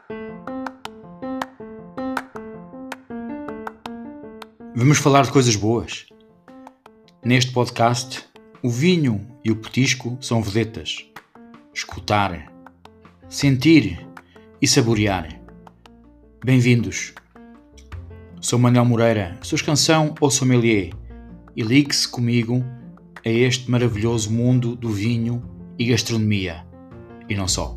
Vamos falar de coisas boas. Neste podcast, o vinho e o petisco são vedetas. Escutar, sentir e saborear. Bem-vindos. Sou Manuel Moreira, sou escanção ou sommelier, e ligue-se comigo a este maravilhoso mundo do vinho e gastronomia. E não só.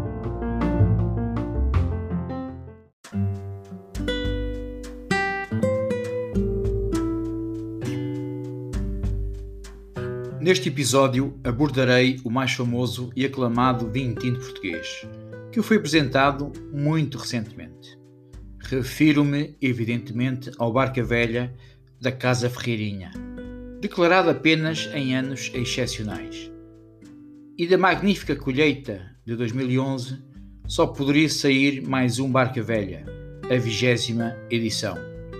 Neste episódio abordarei o mais famoso e aclamado vinho tinto português, que foi apresentado muito recentemente. Refiro-me, evidentemente, ao Barca Velha da Casa Ferreirinha, declarado apenas em anos excepcionais. E da magnífica colheita de 2011, só poderia sair mais um Barca Velha, a 20ª edição.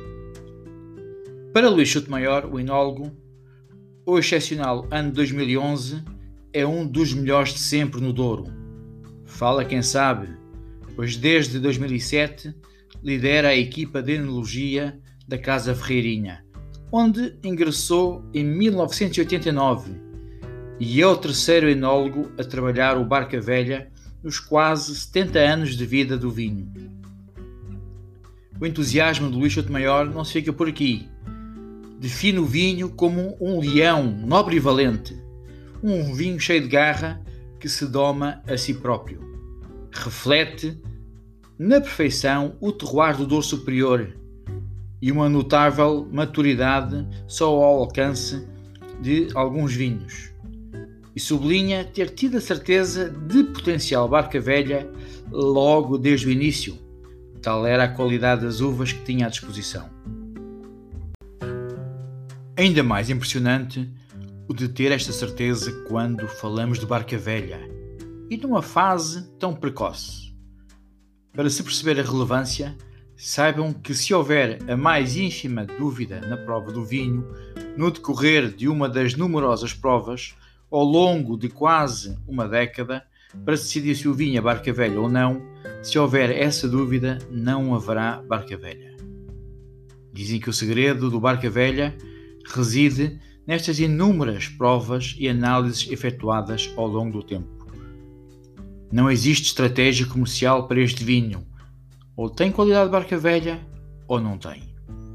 Para Luís Sotomayor, o enólogo, o excepcional ano de 2011 é um dos melhores de sempre no Douro. Fala quem sabe, pois desde 2007 lidera a equipa de enologia da Casa Ferreirinha, onde ingressou em 1989 e é o terceiro enólogo a trabalhar o Barca Velha nos quase 70 anos de vida do vinho. O entusiasmo de Luís Sotomayor não se fica por aqui. Define o vinho como um leão nobre e valente, um vinho cheio de garra que se doma a si próprio. Reflete na perfeição o terroir do Douro Superior e uma notável maturidade só ao alcance de alguns vinhos. E sublinha ter tido a certeza de potencial Barca Velha logo desde o início. Tal era a qualidade das uvas que tinha à disposição. Ainda mais impressionante o de ter esta certeza quando falamos de Barca Velha e numa fase tão precoce. Para se perceber a relevância, saibam que se houver a mais ínfima dúvida na prova do vinho, no decorrer de uma das numerosas provas, ao longo de quase uma década, para decidir se o vinho é Barca Velha ou não, se houver essa dúvida, não haverá Barca Velha. Dizem que o segredo do Barca Velha reside nestas inúmeras provas e análises efetuadas ao longo do tempo. Não existe estratégia comercial para este vinho. Ou tem qualidade de Barca Velha, ou não tem.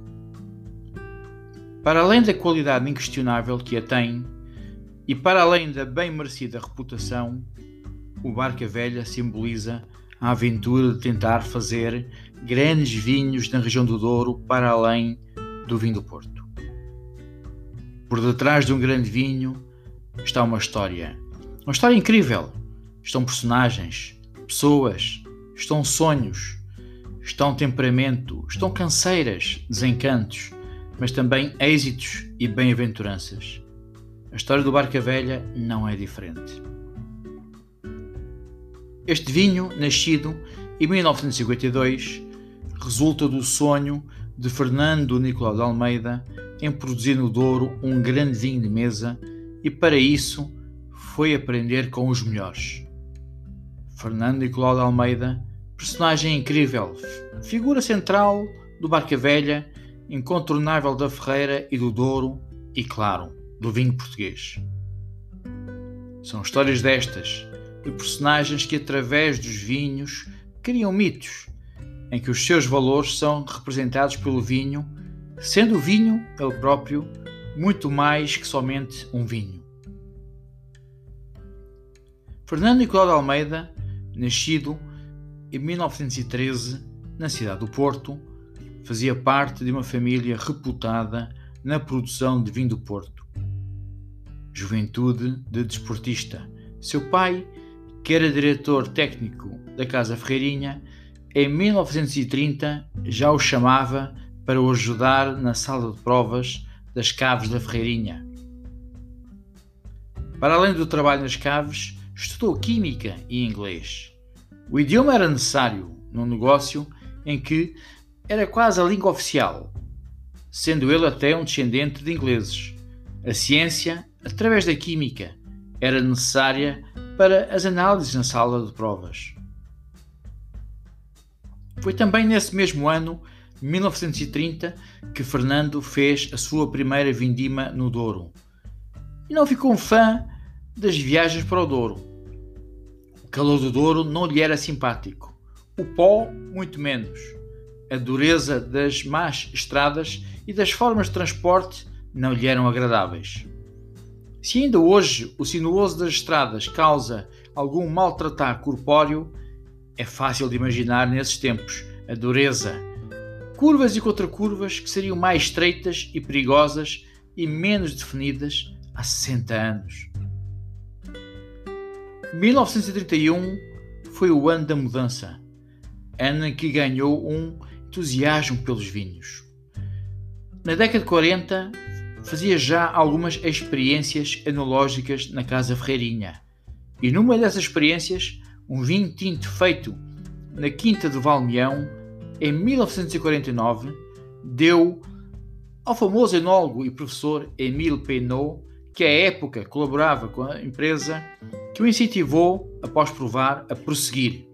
Para além da qualidade inquestionável que a tem, e para além da bem merecida reputação, o Barca Velha simboliza a aventura de tentar fazer grandes vinhos na região do Douro para além do vinho do Porto. Por detrás de um grande vinho está uma história incrível. Estão personagens, pessoas, estão sonhos, estão temperamento, estão canseiras, desencantos, mas também êxitos e bem-aventuranças. A história do Barca Velha não é diferente. Este vinho, nascido em 1952, resulta do sonho de Fernando Nicolau de Almeida em produzir no Douro um grande vinho de mesa, e para isso foi aprender com os melhores. Fernando Nicolau de Almeida, personagem incrível, figura central do Barca Velha, incontornável da Ferreira e do Douro e, claro, do vinho português. São histórias destas, de personagens que através dos vinhos criam mitos, em que os seus valores são representados pelo vinho, sendo o vinho, ele próprio, muito mais que somente um vinho. Fernando Nicolau de Almeida, nascido em 1913 na cidade do Porto, fazia parte de uma família reputada na produção de vinho do Porto. Juventude de desportista. Seu pai, que era diretor técnico da Casa Ferreirinha, em 1930 já o chamava para o ajudar na sala de provas das caves da Ferreirinha. Para além do trabalho nas caves, estudou Química e Inglês. O idioma era necessário num negócio em que era quase a língua oficial, sendo ele até um descendente de ingleses. A ciência, através da química, era necessária para as análises na sala de provas. Foi também nesse mesmo ano, 1930, que Fernando fez a sua primeira vindima no Douro. E não ficou um fã das viagens para o Douro. O calor do Douro não lhe era simpático. O pó, muito menos. A dureza das más estradas e das formas de transporte não lhe eram agradáveis. Se ainda hoje o sinuoso das estradas causa algum maltratar corpóreo, é fácil de imaginar nesses tempos a dureza. Curvas e contracurvas que seriam mais estreitas e perigosas e menos definidas há 60 anos. 1931 foi o ano da mudança, ano em que ganhou um entusiasmo pelos vinhos. Na década de 40, fazia já algumas experiências enológicas na Casa Ferreirinha, e numa dessas experiências, um vinho tinto feito na Quinta do Valmeão, em 1949, deu ao famoso enólogo e professor Émile Peynaud, que à época colaborava com a empresa, que o incentivou, após provar, a prosseguir.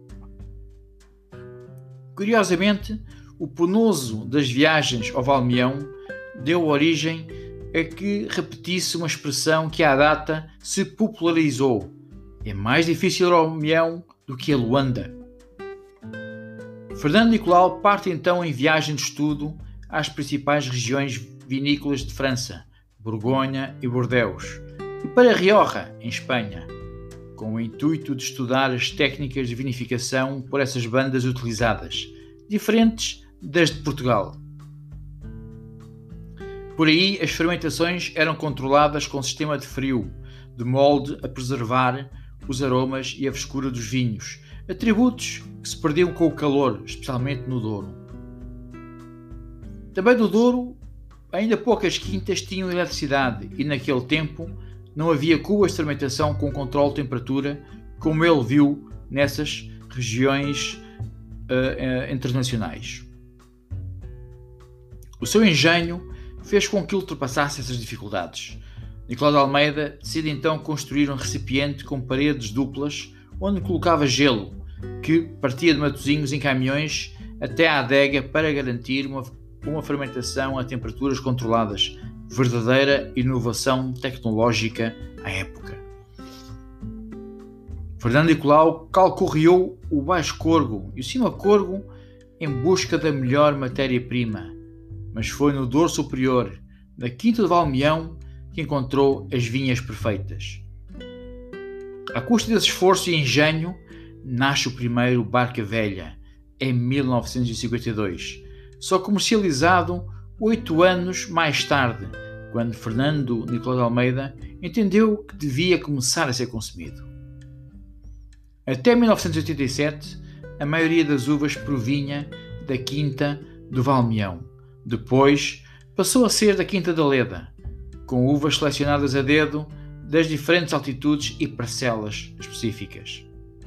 Curiosamente, o penoso das viagens ao Valmeão deu origem a que repetisse uma expressão que à data se popularizou: é mais difícil ir ao Valmeão do que a Luanda. Fernando Nicolau parte então em viagem de estudo às principais regiões vinícolas de França, Borgonha e Bordeaux, e para Rioja, em Espanha, com o intuito de estudar as técnicas de vinificação por essas bandas utilizadas, diferentes das de Portugal. Por aí, as fermentações eram controladas com sistema de frio, de molde a preservar os aromas e a frescura dos vinhos, atributos que se perdiam com o calor, especialmente no Douro. Também no Douro, ainda poucas quintas tinham eletricidade e naquele tempo não havia cubas de fermentação com controle de temperatura, como ele viu nessas regiões internacionais. O seu engenho fez com que ultrapassasse essas dificuldades. Nicolau de Almeida decide então construir um recipiente com paredes duplas onde colocava gelo, que partia de Matosinhos em caminhões até à adega para garantir uma fermentação a temperaturas controladas, verdadeira inovação tecnológica à época. Fernando Nicolau calcorreou o Baixo Corgo e o Cima Corgo em busca da melhor matéria-prima, mas foi no Douro Superior, na Quinta do Valmeão, que encontrou as vinhas perfeitas. À custa desse esforço e engenho, nasce o primeiro Barca Velha, em 1952, só comercializado 8 anos mais tarde, quando Fernando Nicolau de Almeida entendeu que devia começar a ser consumido. Até 1987, a maioria das uvas provinha da Quinta do Valmeão. Depois, passou a ser da Quinta da Leda, com uvas selecionadas a dedo das diferentes altitudes e parcelas específicas.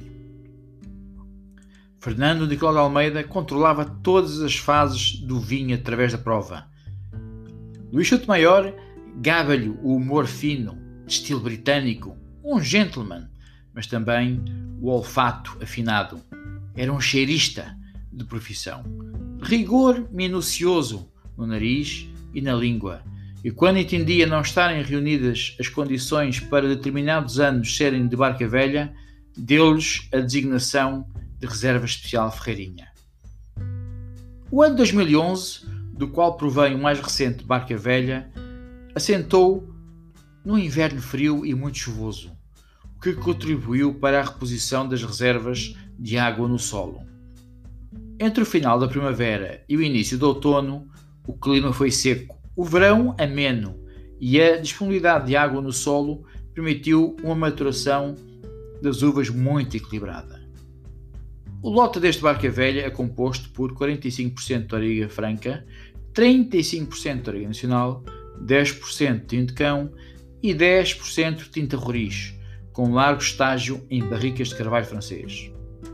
Fernando Nicolau de Almeida controlava todas as fases do vinho através da prova. Luís Sotomayor gaba-lhe o humor fino, de estilo britânico, um gentleman, mas também o olfato afinado. Era um cheirista de profissão. Rigor minucioso no nariz e na língua, e quando entendia não estarem reunidas as condições para determinados anos serem de Barca Velha, deu-lhes a designação de Reserva Especial Ferreirinha. O ano 2011, do qual provém o mais recente Barca Velha, assentou num inverno frio e muito chuvoso, o que contribuiu para a reposição das reservas de água no solo. Entre o final da primavera e o início do outono, o clima foi seco, o verão ameno e a disponibilidade de água no solo permitiu uma maturação das uvas muito equilibrada. O lote deste Barca Velha é composto por 45% de Origa Franca, 35% de Origa Nacional, 10% de Tinto Cão e 10% de Tinta Roriz, com largo estágio em barricas de carvalho francês.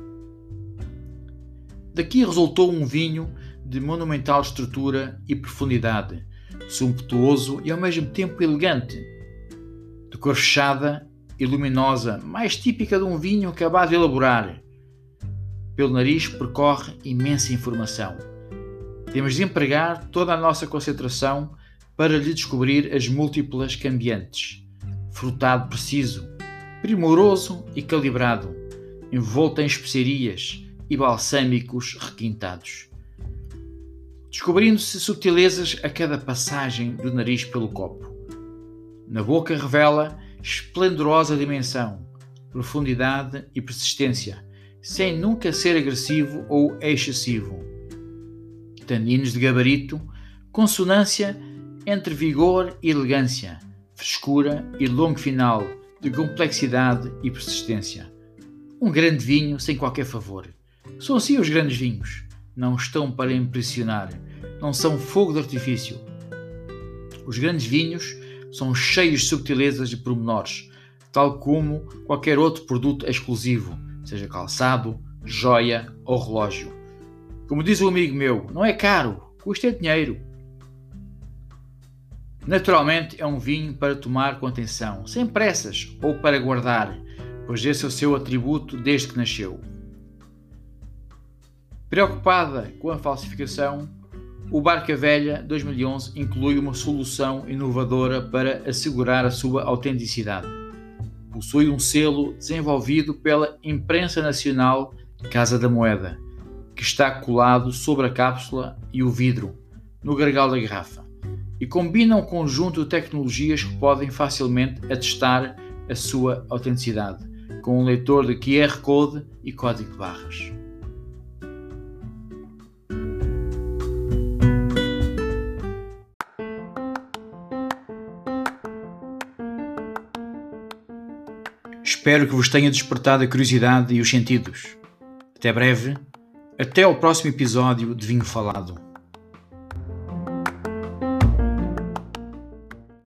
Daqui resultou um vinho de monumental estrutura e profundidade, sumptuoso e ao mesmo tempo elegante, de cor fechada e luminosa, mais típica de um vinho acabado de elaborar. pelo nariz percorre imensa informação. Temos de empregar toda a nossa concentração para lhe descobrir as múltiplas cambiantes. Frutado preciso, primoroso e calibrado, envolto em especiarias e balsâmicos requintados. Descobrindo-se subtilezas a cada passagem do nariz pelo copo. Na boca revela esplendorosa dimensão, profundidade e persistência, sem nunca ser agressivo ou excessivo. Taninos de gabarito, consonância entre vigor e elegância, frescura e longo final, de complexidade e persistência. Um grande vinho sem qualquer favor. São assim os grandes vinhos. Não estão para impressionar. Não são fogo de artifício. Os grandes vinhos são cheios de subtilezas e pormenores, tal como qualquer outro produto exclusivo, seja calçado, joia ou relógio. Como diz um amigo meu, não é caro, custa dinheiro. Naturalmente é um vinho para tomar com atenção, sem pressas, ou para guardar, pois esse é o seu atributo desde que nasceu. Preocupada com a falsificação, o Barca Velha 2011 inclui uma solução inovadora para assegurar a sua autenticidade. Possui um selo desenvolvido pela Imprensa Nacional Casa da Moeda, que está colado sobre a cápsula e o vidro, no gargalo da garrafa, e combina um conjunto de tecnologias que podem facilmente atestar a sua autenticidade, com um leitor de QR Code e código de barras. Espero que vos tenha despertado a curiosidade e os sentidos. Até breve, até ao próximo episódio de Vinho Falado.